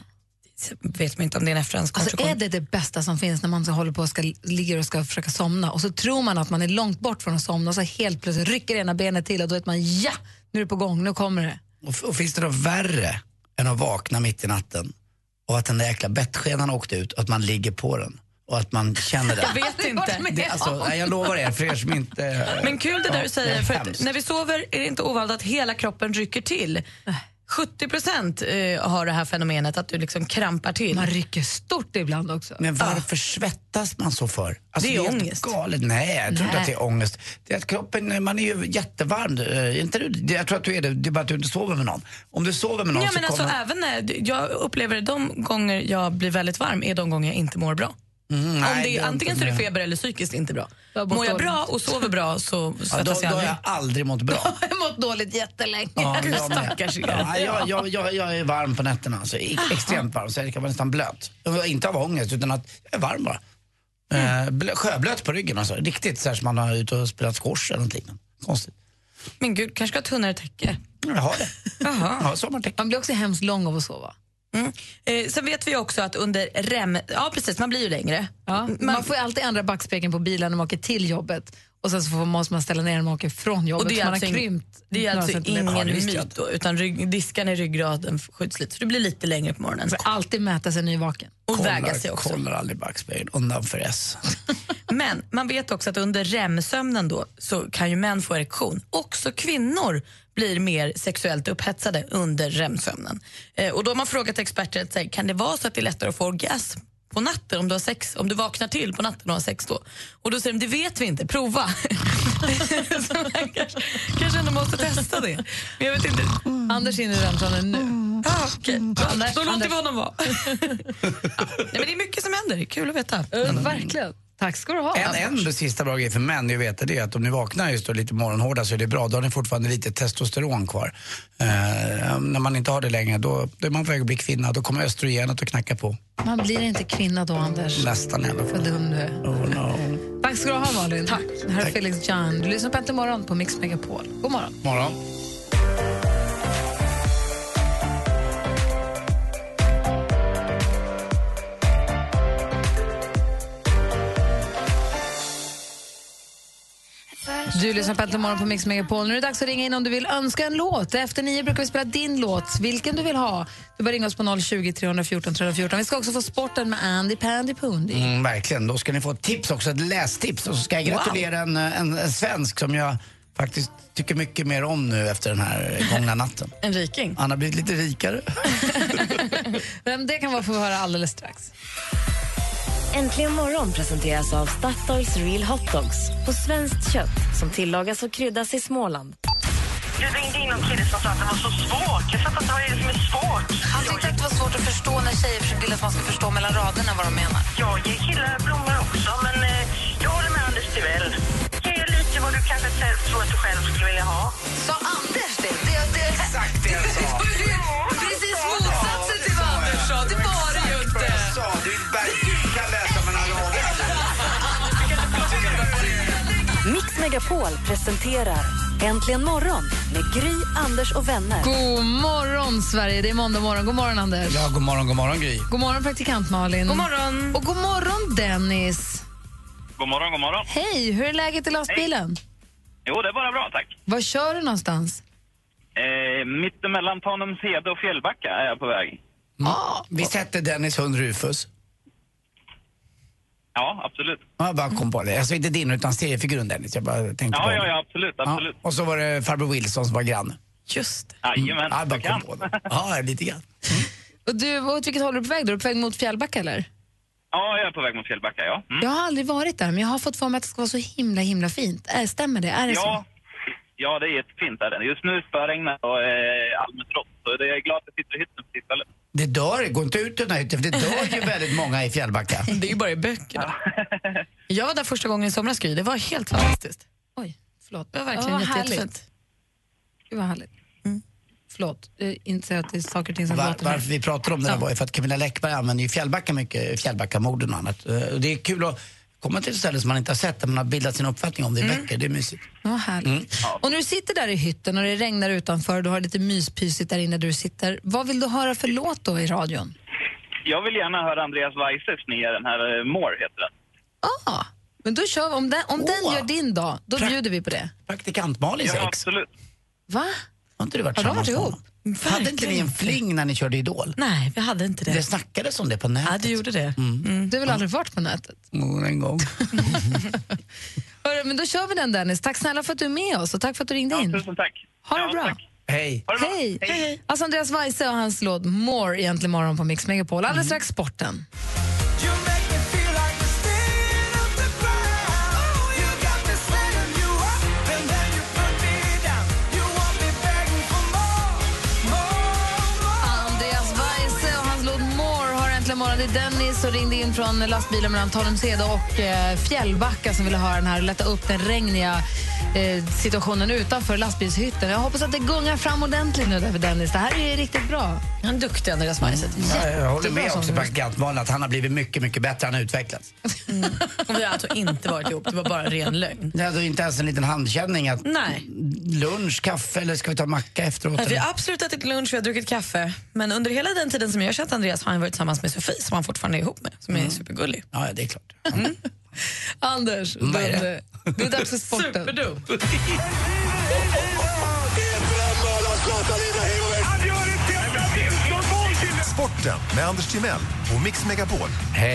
Vet man inte om det är en efterhandskonstruktion. Alltså är det det bästa som finns när man så håller på och ska, ligger och ska försöka somna och så tror man att man är långt bort från att somna och så helt plötsligt rycker ena benet till och då vet man ja, nu är det på gång, nu kommer det. Och, och finns det något värre än att vakna mitt i natten och att den där jäkla bettskenan åkte ut och att man ligger på den och att man känner det? Jag vet inte. Det, alltså, jag lovar er, för er som inte... Men kul det där ja, du säger, för att när vi sover är det inte ovanligt att hela kroppen rycker till. sjuttio procent har det här fenomenet att du liksom krampar till. Man rycker stort ibland också. Men varför ah. svettas man så för? Alltså, det är, det är ångest. Galet. Nej, jag tror Nej. inte att det är ångest. Det är att kroppen, man är ju jättevarm. Inte du? Jag tror att du är det, det är bara att du inte sover med någon. Om du sover med någon ja, så men kommer... alltså, även när jag upplever de gånger jag blir väldigt varm är de gånger jag inte mår bra. Mm, nej, Om det är, det antingen så är det feber eller psykiskt inte bra. Mår jag bra och sover bra så svettas ja, då, jag då har jag aldrig mått bra. Jag har mått dåligt jättelänge. Ja, Gud, jag, stackars ja, jag, jag, jag, jag är varm på nätterna, alltså, extremt varm, så jag kan vara nästan blöt. Inte av ångest, utan att jag är varm bara. Mm. Eh, sjöblöt på ryggen, alltså. Riktigt så här som man har ute och spelat squash eller något liknande. Konstigt. Men gud, kanske ska ha tunnare täcke. Jag har det. Jaha. Ja, sommartäcke. Man blir också hemskt lång av att sova. Mm. Eh, sen vet vi också att under rem... Ja, precis, man blir ju längre. Ja, man, man får ju alltid ändra backspegeln på bilen när man åker till jobbet. Och sen så får, måste man ställa ner när man åker från jobbet. Och det är man alltså har krympt. Det är alltså ingen ja, myt då, utan rygg, diskan i ryggraden skjuts lite. Så du blir lite längre på morgonen. Man får alltid mäta sig nyvaken. Och kollar, väga sig också. Kollar aldrig backspegeln, undan för S. Men man vet också att under remsömnen då så kan ju män få erektion. Också kvinnor blir mer sexuellt upphetsade under remsömnen. Eh, och då har man frågat experter att säga, kan det vara så att det är lättare att få orgasm på natten om du har sex, om du vaknar till på natten och har sex då? Och då säger de, det vet vi inte, prova. Så man kanske, kanske ändå måste testa det. Men jag vet inte. Mm. Anders in i remsömnen nu. Mm. Ah, okej, okay. Anders, då låter Anders. vi honom vara. Ja. Nej, men det är mycket som händer, det är kul att veta. Mm. Verkligen. Tack ska du ha. En, en sista bra grej för män, jag vet det, är att om ni vaknar just då lite morgonhårda så är det bra. Då har ni fortfarande lite testosteron kvar. Eh, när man inte har det längre, då, då är man på väg att bli kvinna. Då kommer östrogenet att knacka på. Man blir inte kvinna då, Anders. Nästan i alla fall. För dum du. Oh, no. Tack ska du ha, Malin. Tack. Det här är Tack. Felix Jan. Du lyssnar på Äntligen morgon på Mix Megapol. God morgon. Morgon. Du lyssnar på Äntligen morgon på Mix Megapol. Nu är det dags att ringa in om du vill önska en låt. Efter nio brukar vi spela din låt. Vilken du vill ha. Du bara ringa oss på noll tjugo, tre fjorton, tre fjorton. Vi ska också få sporten med Andy Pandy Pundy. Mm, verkligen. Då ska ni få ett tips också, ett lästips. Och så ska jag gratulera wow. en, en, en svensk som jag faktiskt tycker mycket mer om nu efter den här gångna natten. En riking. Han har blivit lite rikare. Vem det kan vara får vi höra alldeles strax. Äntligen morgon presenteras av Statoils Real Hot Dogs på svenskt kött som tillagas och kryddas i Småland. Du ringde in någon kille som sa att det var så svårt. Jag fattar inte vad det är som är svårt. Han tyckte att det var svårt att förstå när tjejer vill att man ska förstå mellan raderna vad de menar. Jag ger killar blommor också, men eh, jag håller med Anders Tivell. Ge lite vad du kanske tror att du själv skulle vilja ha. Sa Anders det? Det är exakt det jag sa. Precis motsatsen till vad Anders sa. Det var det ju inte. Jag sa, du kan läsa mellan raderna. Mix Megapol presenterar Äntligen morgon med Gry, Anders och vänner. God morgon, Sverige. Det är måndag morgon. God morgon, Anders. Ja, god morgon, god morgon, Gry. God morgon, praktikant Malin. God morgon. Och god morgon, Dennis. God morgon, god morgon. Hej, hur är läget i lastbilen? Hej. Jo, det är bara bra, tack. Var kör du någonstans? Eh, mittemellan Tanumshede och Fjällbacka är jag på väg. Mm. Ah, vi sätter Dennis hund Rufus. Ja, absolut. Ja, jag bara kom på det. Alltså inte din utan seriefiguren Dennis. Jag bara tänkte ja, på ja, ja, absolut, absolut. Ja. Och så var det farbror Wilson som var granne. Just det. Jajamän, ja, jag bara kan. kom på det. Ja, lite grann. Mm. Och du, åt vilket håll är du på väg då? Är du på väg mot Fjällbacka eller? Ja, jag är på väg mot Fjällbacka, ja. Mm. Jag har aldrig varit där, men jag har fått för mig att det ska vara så himla, himla fint. Äh, stämmer det? Är det ja. så? Ja, det är jättefint där. Just nu spöregnar och eh, allmänt rått. Så det är glad att jag sitter i hytten för tillfället. Det dör, gå inte ut ur den här hytten, för det dör ju väldigt många i Fjällbacka. Det är ju bara i böckerna. Jag var där första gången i somras, Gry. Det var helt fantastiskt. Oj, förlåt. Det var verkligen ja, jätte, härligt. jättefint. Det var härligt. Mm. Förlåt, jag inser att det är saker och ting som Var, låter. varför vi pratar om det här var ju för att Camilla Läckberg använder ju Fjällbacka mycket, Fjällbackamorden och annat. Och det är kul att komma till ett ställe som man inte har sett, där man har bildat sin uppfattning om det i Mm. veckor. Det är mysigt. Ja, härligt. Mm. Och när du sitter där i hytten och det regnar utanför och du har lite myspysigt där inne där du sitter, vad vill du höra för låt då i radion? Jag vill gärna höra Andreas Weises nya, den här uh, More heter den. Ah, men då kör vi. Om den, om Åh. den gör din dag, då Pra- bjuder vi på det. Praktikant Malins Ja, ex. absolut. Va? Har inte du varit Har de varit tillsammans med honom? Hade inte ni en fling när ni körde Idol? Nej, vi hade inte det. Det snackades om det på nätet. Ja, det gjorde det. Mm. Mm. Du har väl aldrig varit på nätet? Mm, en gång. Hörru, men då kör vi den, Dennis. Tack snälla för att du är med oss och tack för att du ringde in. Ja, tusen tack. Ha det Ja, bra. tack. Hej. Ha det bra. Hej. Hej. Hej. Alltså Andreas Weise och hans låt More egentligen morgon på Mix Megapol. Alldeles strax sporten. Morgon. Det är Dennis och ringde in från lastbilen mellan Tanumshede och eh, Fjällbacka som ville höra den här och lätta upp den regniga eh, situationen utanför lastbilshytten. Jag hoppas att det gungar fram ordentligt nu där för Dennis. Det här är riktigt bra. Han är duktig, Andreas Weise. Ja, jag håller med Jättebra också sång. praktikant Malin att han har blivit mycket, mycket bättre. Han har utvecklats. Mm. Och vi har alltså inte varit ihop, det var bara ren lögn. Det hade inte ens en liten handkänning att Nej. lunch, kaffe eller ska vi ta macka efteråt? Vi eller? har absolut ätit lunch, vi har druckit kaffe. Men under hela den tiden som jag har känt Andreas har han varit tillsammans med Sofie som han fortfarande är ihop med, som är supergullig. Ja, det är klart. Mm. Anders, Vad är det? det? Det är dags för sporten. Superdum. Sporten med Anders Timell och Mix Megapol.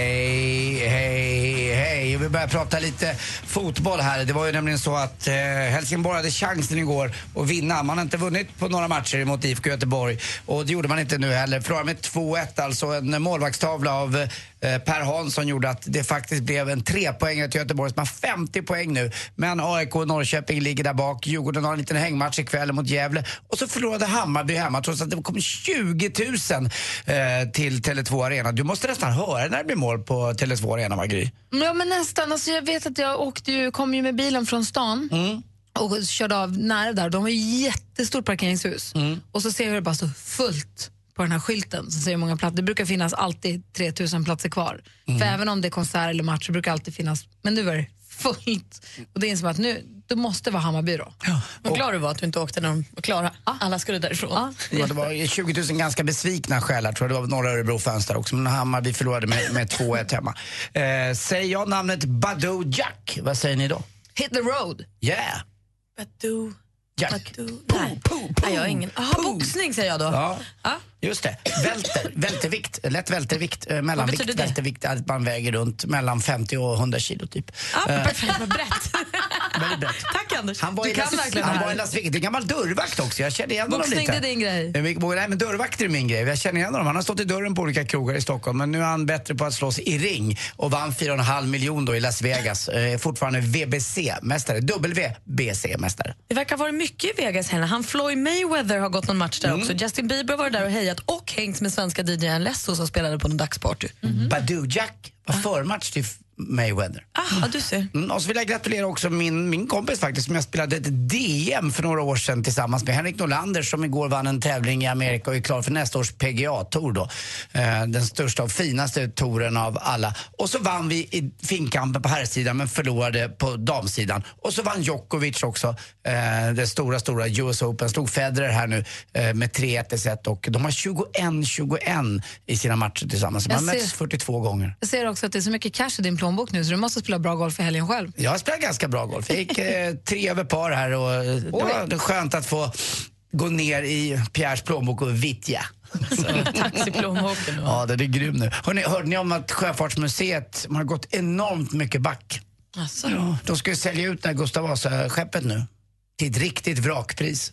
Hej, hej, hej. Vi börjar prata lite fotboll här. Det var ju nämligen så att eh, Helsingborg hade chansen igår att vinna. Man har inte vunnit på några matcher mot I F K Göteborg. Och det gjorde man inte nu heller. Förlorade med två ett, alltså en målvaktstavla av eh, Per Hansson gjorde att det faktiskt blev en trepoängare till Göteborg som har femtio poäng nu. Men A I K och Norrköping ligger där bak. Djurgården har en liten hängmatch ikväll mot Gävle. Och så förlorade Hammarby hemma trots att det kom tjugo tusen eh, till Tele två Arena. Du måste nästan höra när det blir mål på Tele två Arena, Magri. Ja, men nästan. Alltså, jag vet att jag åkte ju, kom ju med bilen från stan Mm. och körde av nära där. De har ju jättestort parkeringshus. Mm. Och så ser vi det bara så fullt på den här skylten som säger många platser. Det brukar finnas alltid tre tusen platser kvar. Mm. För även om det är konsert eller match så brukar det alltid finnas. Men nu var det fullt. Och det är som att nu, det måste vara Hammarby då. Ja. Vad glad du var att du inte åkte när de var klara. Alla skulle därifrån. Ja. Ja, det var tjugo tusen ganska besvikna själar, tror jag. Det var några Örebro-fans där också. Men Hammarby förlorade med, med två ett hemma. Eh, säger jag namnet Badou Jack, vad säger ni då? Hit the road. Yeah! Badou. Jack. Badou. Nej. Nej, jag har ingen. Aha, boxning säger jag då. Ja. Ja. Just det. Välter, vältervikt, lätt vältervikt, eh, mellanvikt, betyder det? vältervikt, att man väger runt mellan femtio och hundra kilo typ. Ja, Eh, perfekt, vad brett. väldigt brett. Tack Anders. Han var, du i kan Las, verkligen han det var här. i Las Vegas. Det är en gammal dörrvakt också. Jag känner igen honom Boxning, lite. det är din grej. Eh, vi- Nej, men dörrvakter är min grej. Jag känner igen honom. Han har stått i dörren på olika krogar i Stockholm. Men nu är han bättre på att slåss i ring. Och vann fyra och en halv miljon då i Las Vegas. Eh, fortfarande V B C-mästare. W B C-mästare. Det verkar vara mycket i Vegas här. Han Floyd Mayweather har gått någon match där Mm. också. Justin Bieber var där och hejat och hängt med svenska D J:n Lesso som spelade på en dagsparty. Mm. Badou Jack var förmatch till Mayweather. Ah, du ser. Mm, och så vill jag gratulera också min, min kompis faktiskt som jag spelade ett D M för några år sedan tillsammans med Henrik Norlander som igår vann en tävling i Amerika och är klar för nästa års P G A-tour då. Eh, den största och finaste touren av alla. Och så vann vi i finkampen på herrsidan men förlorade på damsidan. Och så vann Djokovic också eh, det stora, stora U S Open. Slog Federer här nu eh, med tre ett i set och de har tjugoett tjugoett i sina matcher tillsammans. De har Jag ser- mötts fyrtiotvå gånger. Jag ser också att det är så mycket cash i din plånbok nu så du måste spela bra golf i helgen själv. Jag har spelat ganska bra golf. Jag gick eh, tre över par här och eh, det var skönt att få gå ner i Pierres plånbok och vittja. Taxiplånboken. Ja, det är grym nu. Hörrni, hörde ni om att Sjöfartsmuseet man har gått enormt mycket back? Alltså. Ja, de ska ju sälja ut det här Gustav Vasa-skeppet nu. Till ett riktigt vrakpris.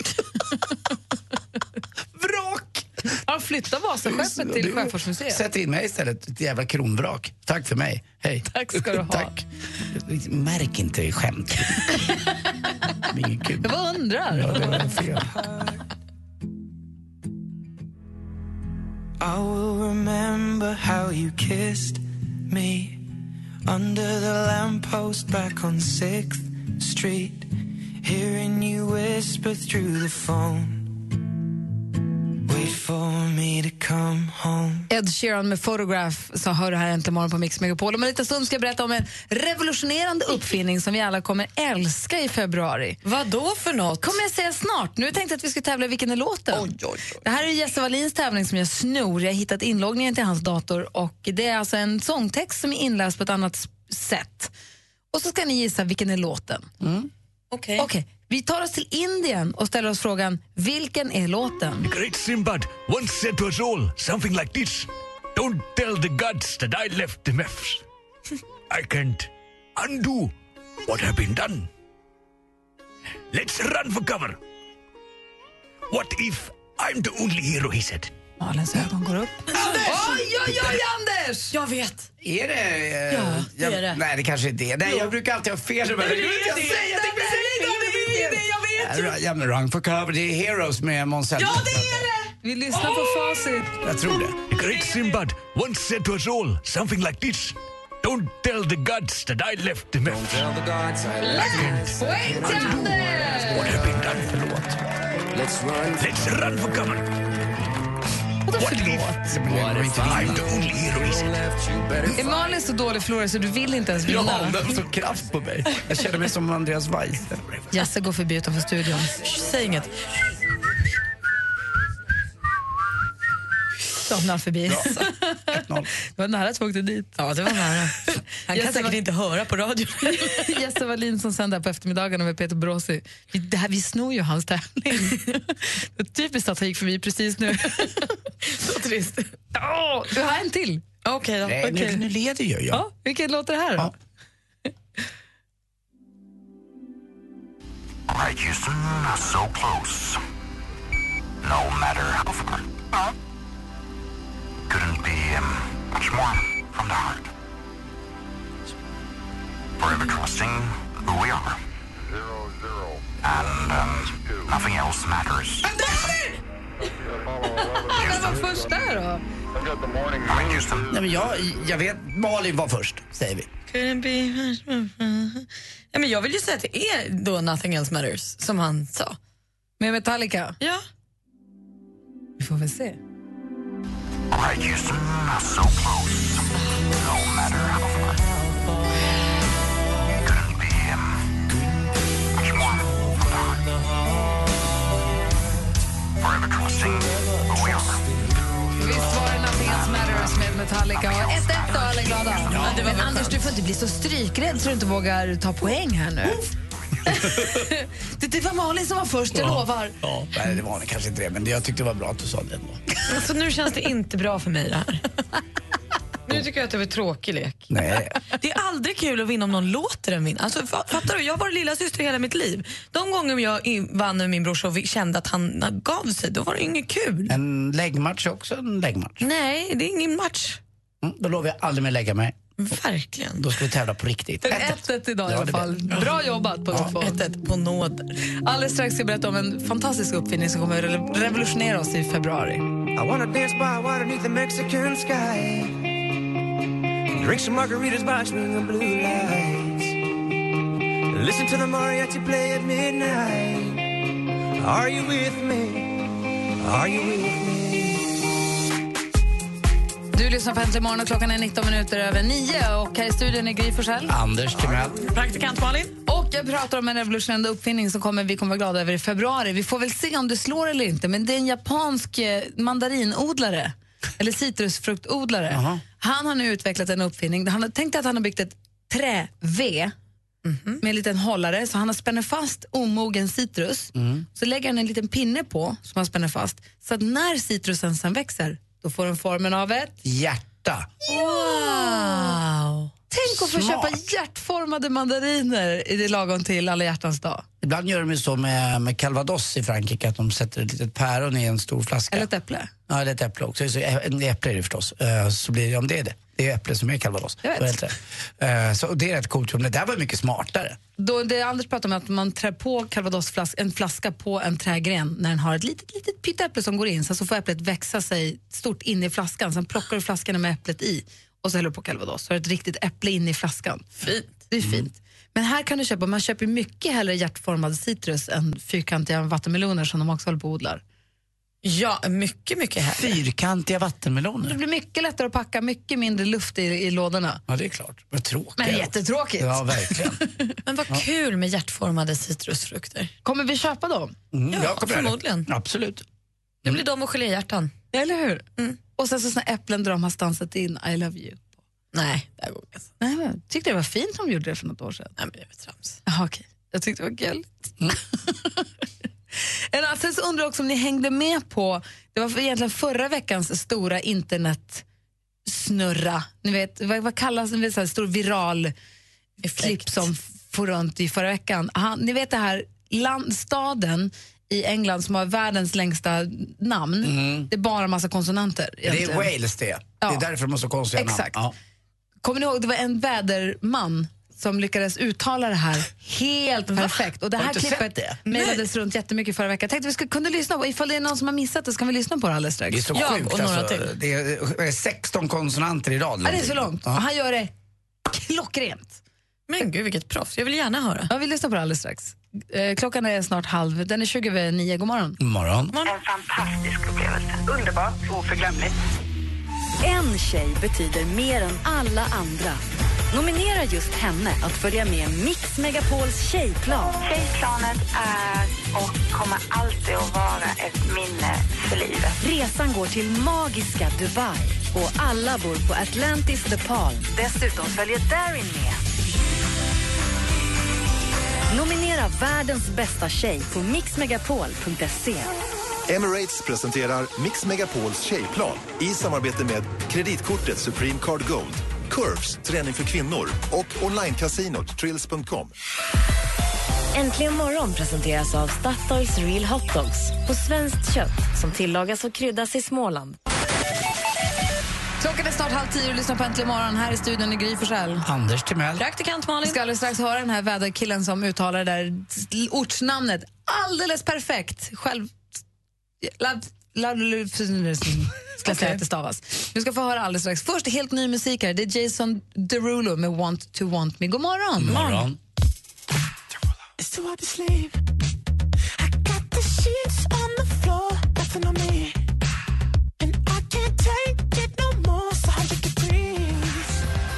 Vrak! Han flyttar Vasaskeppet till Sjöfartsmuseet. Sätt in mig istället, ett jävla kronvrak. Tack för mig. Hej. Tack ska du ha. Tack. Märk inte skämt. Det är inget kul. Jag bara undrar. Ja, det var fel. I will remember how you kissed me Under the lamppost back on sixth Street, hearing you whisper through the phone. Wait for me to come home. Ed Sheeran med Photograph, så hör du här äntligen morgon på Mix Megapol. Om en liten stund ska jag berätta om en revolutionerande uppfinning som vi alla kommer älska i februari. Vad då för något? Kommer jag säga snart. Nu tänkte jag att vi ska tävla i Vilken är låten? Oj, oj, oj. Det här är Jesse Wallins tävling som jag snor. Jag har hittat inloggningen till hans dator och det är alltså en sångtext som är inläst på ett annat sätt. Och så ska ni gissa vilken är låten. Mm. Okej. Okay. Okay. Vi tar oss till Indien och ställer oss frågan, vilken är låten? The great Simbad once said to us all something like this. Don't tell the gods that I left the maps. I can't undo what have been done. Let's run for cover. What if I'm the only hero, he said. Malins ögon går upp. Anders! Oj, oj, oj, Anders! Jag vet. Är det? Eh, Ja, det jag, är det. Nej, det kanske inte är. Nej, jag brukar alltid ha fel. Nej, det är det. Jag säger att det är det, jag vet. Ja, men Run for cover, det är Heroes med Måns Zelmerlöw. Ja, det är det! Vi lyssnar på facit. Jag tror det. The great Simbad once said to us all something like this. Don't tell the gods that I left the maps. Don't tell the gods I left the maps. What have been done? Förlåt. Let's run. Let's run for cover. Vadå för låt? I'm the only hero, he said. Är Malin så dålig förlorare så du vill inte ens vinna? Ja, den har så kraft på mig. Jag känner mig som Andreas Weiss. Jesse går förbi utanför studion. Säg inget. Somnar förbi. Det var nära att vi åkte dit. Ja, det var nära. Han kan säkert inte höra på radio. Jesse Wallin som sänder på eftermiddagarna med Peter Borossi. Vi, det här, vi snor ju hans tävling. Det är typiskt att han gick förbi precis nu. Så trist. Oh, du har en till. Okej okay, då. Nej, okay. nu, nu leder ju jag. Ja, vilken låter det här då? Ja. All right, Houston, so close. No matter how far. Couldn't be um, much more from the heart. Forever trusting who we are. Zero, zero. And um, nothing else matters. Vem var först där då? Nej, Houston. Nej, men jag, jag vet, Malin var först, säger vi. Couldn't be... Ja, men jag vill ju säga att det är då Nothing Else Matters, som han sa. Med Metallica? Ja. Vi får väl se. All right, Houston, so close. No matter how far. Couldn't be um, much more from the heart. Forever trusting who we are. Visst var det Nothing Else Matters med Metallica. Och ett ett då, alla glada. Ja, det var Men Anders, du får inte bli så strykrädd så du inte vågar ta poäng här nu. det, det var Malin som var först, jag lovar. Ja, nej, det var det kanske inte det, men jag tyckte det var bra att du sa det ändå. Alltså, nu känns det inte bra för mig det här. Nu tycker jag att det var tråkig lek. Nej. Det är aldrig kul att vinna om någon låter en vinna. Alltså, fattar du? Jag var lilla syster hela mitt liv. De gånger jag vann med min brorsa och kände att han gav sig, då var det inget kul. En läggmatch också, en läggmatch. Nej, det är ingen match. Mm, då lovar jag aldrig mer lägga mig. Verkligen. Då ska vi tävla på riktigt. ett ett idag i alla fall. Bra jobbat på ja, ett ett på nåd. Alldeles strax ska jag berätta om en fantastisk uppfinning som kommer att revolutionera oss i februari. I wanna dance by water beneath the Mexican sky. Drink some margaritas by swinging blue lights. Listen to the mariachi play at midnight. Are you with me? Are you with me? Du lyssnar på Äntligen morgon och klockan är nitton minuter över nio. Och här i studion är Gry Forssell. Anders Timell. Praktikant Malin. Och jag pratar om en revolutionerande uppfinning som kommer, vi kommer vara glada över i februari. Vi får väl se om det slår eller inte. Men det är en japansk mandarinodlare. Eller citrusfruktodlare. Uh-huh. Han har nu utvecklat en uppfinning. Han har tänkt att han har byggt ett trä-V mm-hmm. med en liten hållare. Så han har spänner fast omogen citrus. Mm. Så lägger han en liten pinne på som han spänner fast. Så att när citrusen sen växer, då får den formen av ett hjärta. Wow! Tänk att få köpa hjärtformade mandariner i det lagom till alla hjärtans dag. Ibland gör de ju så med, med calvados i Frankrike, att de sätter ett litet päron i en stor flaska. Eller ett äpple. Ja, eller ett äpple också. Så, en äpple är det förstås. Uh, så blir det, om det är det. Det är äpple som är calvados. Jag vet. Så, uh, så det är rätt coolt. Men det där var mycket smartare. Då, det Anders pratar om att man trär på calvadosflas- en flaska på en trägren när den har ett litet, litet pyttäpple som går in. Sen så får äpplet växa sig stort in i flaskan. Sen plockar du flaskan med äpplet i. och så häller du på calvados. Så har du ett riktigt äpple in i flaskan. Fint. Det är fint. Mm. Men här kan du köpa, man köper mycket hellre hjärtformad citrus än fyrkantiga vattenmeloner som de också håller på och odlar. Ja, mycket, mycket hellre. Fyrkantiga vattenmeloner. Det blir mycket lättare att packa, mycket mindre luft i, i lådorna. Ja, det är klart. Vad tråkigt. Men jättetråkigt. Ja, verkligen. Men vad ja. kul med hjärtformade citrusfrukter. Kommer vi köpa dem? Mm, ja, jag kommer förmodligen. Det. Absolut. Mm. Det blir de och geléhjärtan. Eller hur? Mm. Och sen så såna äpplen där de har stansat in I love you. Nej, det går inte. Nej, men tyckte det var fint som de gjorde det för något år sedan. Nej, men det var trams. Jaha, okej. Jag tyckte det var kul. Mm. Sen så undrar jag också om ni hängde med på, det var egentligen förra veckans stora internetsnurra. Ni vet, vad, vad kallas det? En stor viral effekt. Klipp som får runt i förra veckan. Aha, ni vet det här landstaden i England som har världens längsta namn. Mm. Det är bara en massa konsonanter. Egentligen. Det är Wales det. Ja. Det är därför de har så konstiga namn. Exakt. Ja. Kommer ni ihåg, det var en väderman som lyckades uttala det här helt perfekt. Och det här klippet mejlades runt jättemycket förra veckan. Jag tänkte vi skulle kunna lyssna på, ifall det är någon som har missat det så kan vi lyssna på det alldeles strax. Det är så ja, sjukt och några alltså. till. Det är sexton konsonanter i rad. Ja, det är så långt. Ja. Och han gör det klockrent. Men gud, vilket proffs. Jag vill gärna höra. Ja, vi lyssnar på det alldeles strax. Eh, klockan är snart halv. Den är tjugo över nio. God morgon. God morgon. En fantastisk upplevelse. Underbart och oförglömligt. En tjej betyder mer än alla andra. Nominera just henne att följa med Mix Megapols tjejplan. Tjejplanet är och kommer alltid att vara ett minne för livet. Resan går till magiska Dubai och alla bor på Atlantis The Palm. Dessutom följer Darin med. Nominera världens bästa tjej på mix megapol punkt se. Emirates presenterar Mix Megapols tjejplan i samarbete med kreditkortet Supreme Card Gold, Curves, träning för kvinnor och online-casinot trills punkt com. Äntligen morgon presenteras av Statoils Real Hot Dogs på svenskt kött som tillagas och kryddas i Småland. Klockan är snart halv tio och lyssnar på Äntligen morgon. Här i studion i Gry Forssell. Anders Timell. Praktikant Malin. Ska alldeles strax höra den här väderkillen som uttalar det där ortsnamnet alldeles perfekt. Själv... Lad, lad, ska säga att det stavas. Vi ska få höra alldeles strax. Först helt ny musik här. Det är Jason Derulo med Want to Want Me. God morgon. God morgon. It's too hard to sleep. I got the sheets on the floor, nothing on me. And I can't take it no more, so I take a breeze.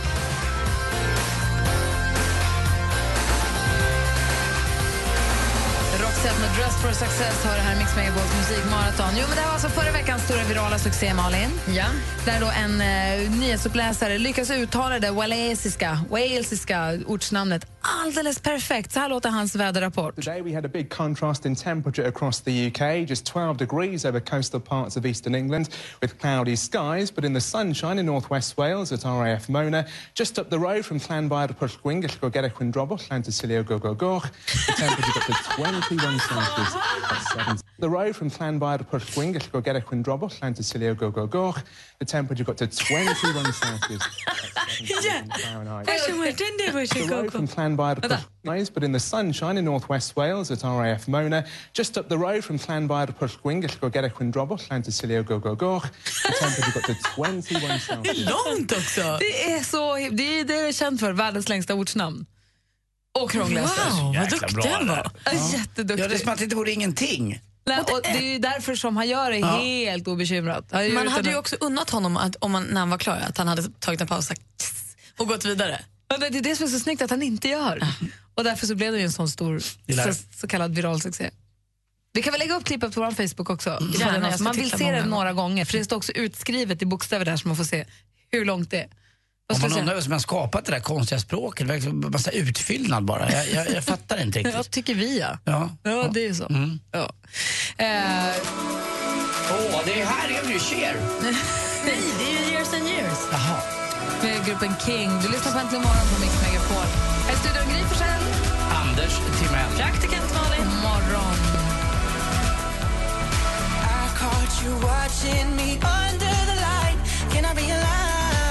Roxette med Dressed for Success har det här Mix Megapols musikmaraton. Jo, men det här var alltså förra veckans stora virala succé, Malin. Ja. Där då en eh, nyhetsuppläsare lyckas uttala det walesiska, walesiska ortsnamnet alldeles perfekt. Så här låter hans väderrapport. Today we had a big contrast in temperature across the U K, just twelve degrees over coastal parts of eastern England with cloudy skies, but in the sunshine in northwest Wales at R A F Mona, just up the road from Llanfair to Pwllgwyngyll, Gorgeric Windrobwll, Llantysilio Gogogorch, the temperature got to twenty-one Celsius at seven. The road from Llanfair to Pwllgwyngyll, Gorgeric Windrobwll, Llantysilio Gogogorch, the temperature got to twenty-one Celsius at seven Fahrenheit. The road from Llanfair to Pwllgwyngyll, but in the sunshine in northwest Wales at R A F Mona, just up the road from Llanfair to Pwllgwyngyll, Gorgeric Windrobwll, Llantysilio Gogogorch, the temperature got to twenty-one Celsius. Det är långt också. Det är så, det är det är känt för, världens längsta ortsnamn. Och krångligaste. Wow, vad duktig han var. Ja. Jätteduktig. Ja, det är som att det inte vore ingenting. Nej, och det är ju därför som han gör det ja. helt obekymrat. Han Man hade ju också unnat honom att om man, när han var klar att han hade tagit en paus och sagt och gått vidare. Ja, det är det som är så snyggt att han inte gör. Mm. Och därför så blev det ju en sån stor så, så kallad viral succé. Vi kan väl lägga upp klippet på vår Facebook också. Mm. Gärna, alltså, man vill se det några gånger. För det står också utskrivet i bokstäver där så man får se hur långt det är. Om man undrar vem som har skapat det där konstiga språket, det är en massa utfyllnad bara. Jag, jag, jag fattar inte riktigt. Ja, tycker vi ja. Ja, ja det är så. Mm. Ja. Eh. Åh, det är här är ju Cher. Nej, det är ju Years and Years. Jaha. Med gruppen King. Du lyssnar på Äntligen morgon på Mix Megapol. Här i studion Gry Forssell. Anders Timell. Praktikant Malin. God morgon. I caught you watching me under the light. Can I be alive?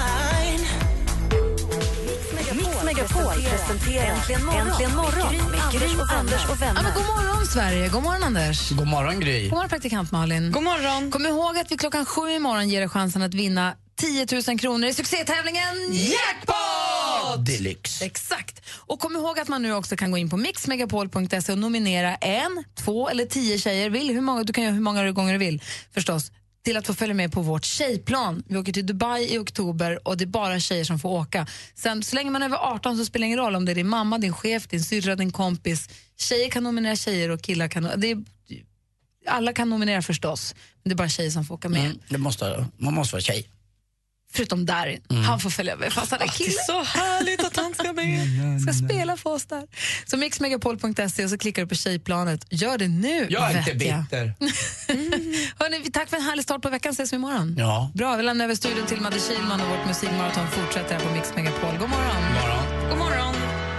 Mix Megapol presenterar Äntligen morgon, Äntligen morgon med Gry och Anders och vänner. Ja, men god morgon Sverige, god morgon Anders. God morgon Gry. God morgon praktikant Malin. God morgon. Kom ihåg att vi klockan sju imorgon ger er chansen att vinna tio tusen kronor i succétävlingen Jackpot! Deluxe. Exakt. Och kom ihåg att man nu också kan gå in på mix megapol punkt se och nominera en, två eller tio tjejer. Vill, hur många, du kan göra hur många gånger du vill förstås. Till att få följa med på vårt tjejplan. Vi åker till Dubai i oktober och det är bara tjejer som får åka. Sen så länge man är över arton så spelar det ingen roll om det är din mamma, din chef, din syrra, din kompis. Tjejer kan nominera tjejer och killar kan... Det är, alla kan nominera förstås, men det är bara tjejer som får åka med. Mm, det måste, man måste vara tjej. Förutom Darin. Mm. Han får följa med fast han är kille. Det är så härligt att han ska med. Ska spela för oss där. Så mix megapol punkt se och så klickar du på tjejplanet. Gör det nu. Jag är inte jag. bitter. mm. Hörrni, tack för en härlig start på veckan. Ses vi imorgon. Ja. Bra, vi lämnar över studion till Madde Kihlman och vårt musikmaraton fortsätter här på Mix Megapol. God morgon. God morgon. God morgon.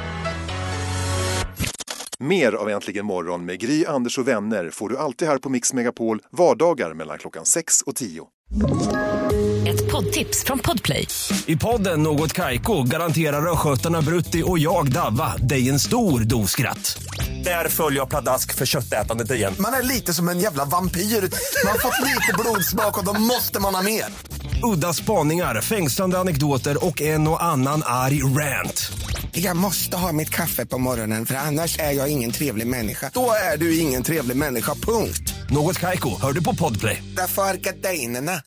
Mer av Äntligen morgon med Gry, Anders och vänner får du alltid här på Mix Megapol vardagar mellan klockan sex och tio. Ett poddtips från Podplay. I podden Något Kaiko garanterar röskötarna Brutti och jag Davva dig en stor doskratt. Där följer jag pladask för köttätandet igen. Man är lite som en jävla vampyr. Man har fått lite blodsmak och då måste man ha mer. Udda spaningar, fängslande anekdoter och en och annan arg rant. Jag måste ha mitt kaffe på morgonen för annars är jag ingen trevlig människa. Då är du ingen trevlig människa, punkt. Något Kaiko, hör du på Podplay. Därför är gardinerna.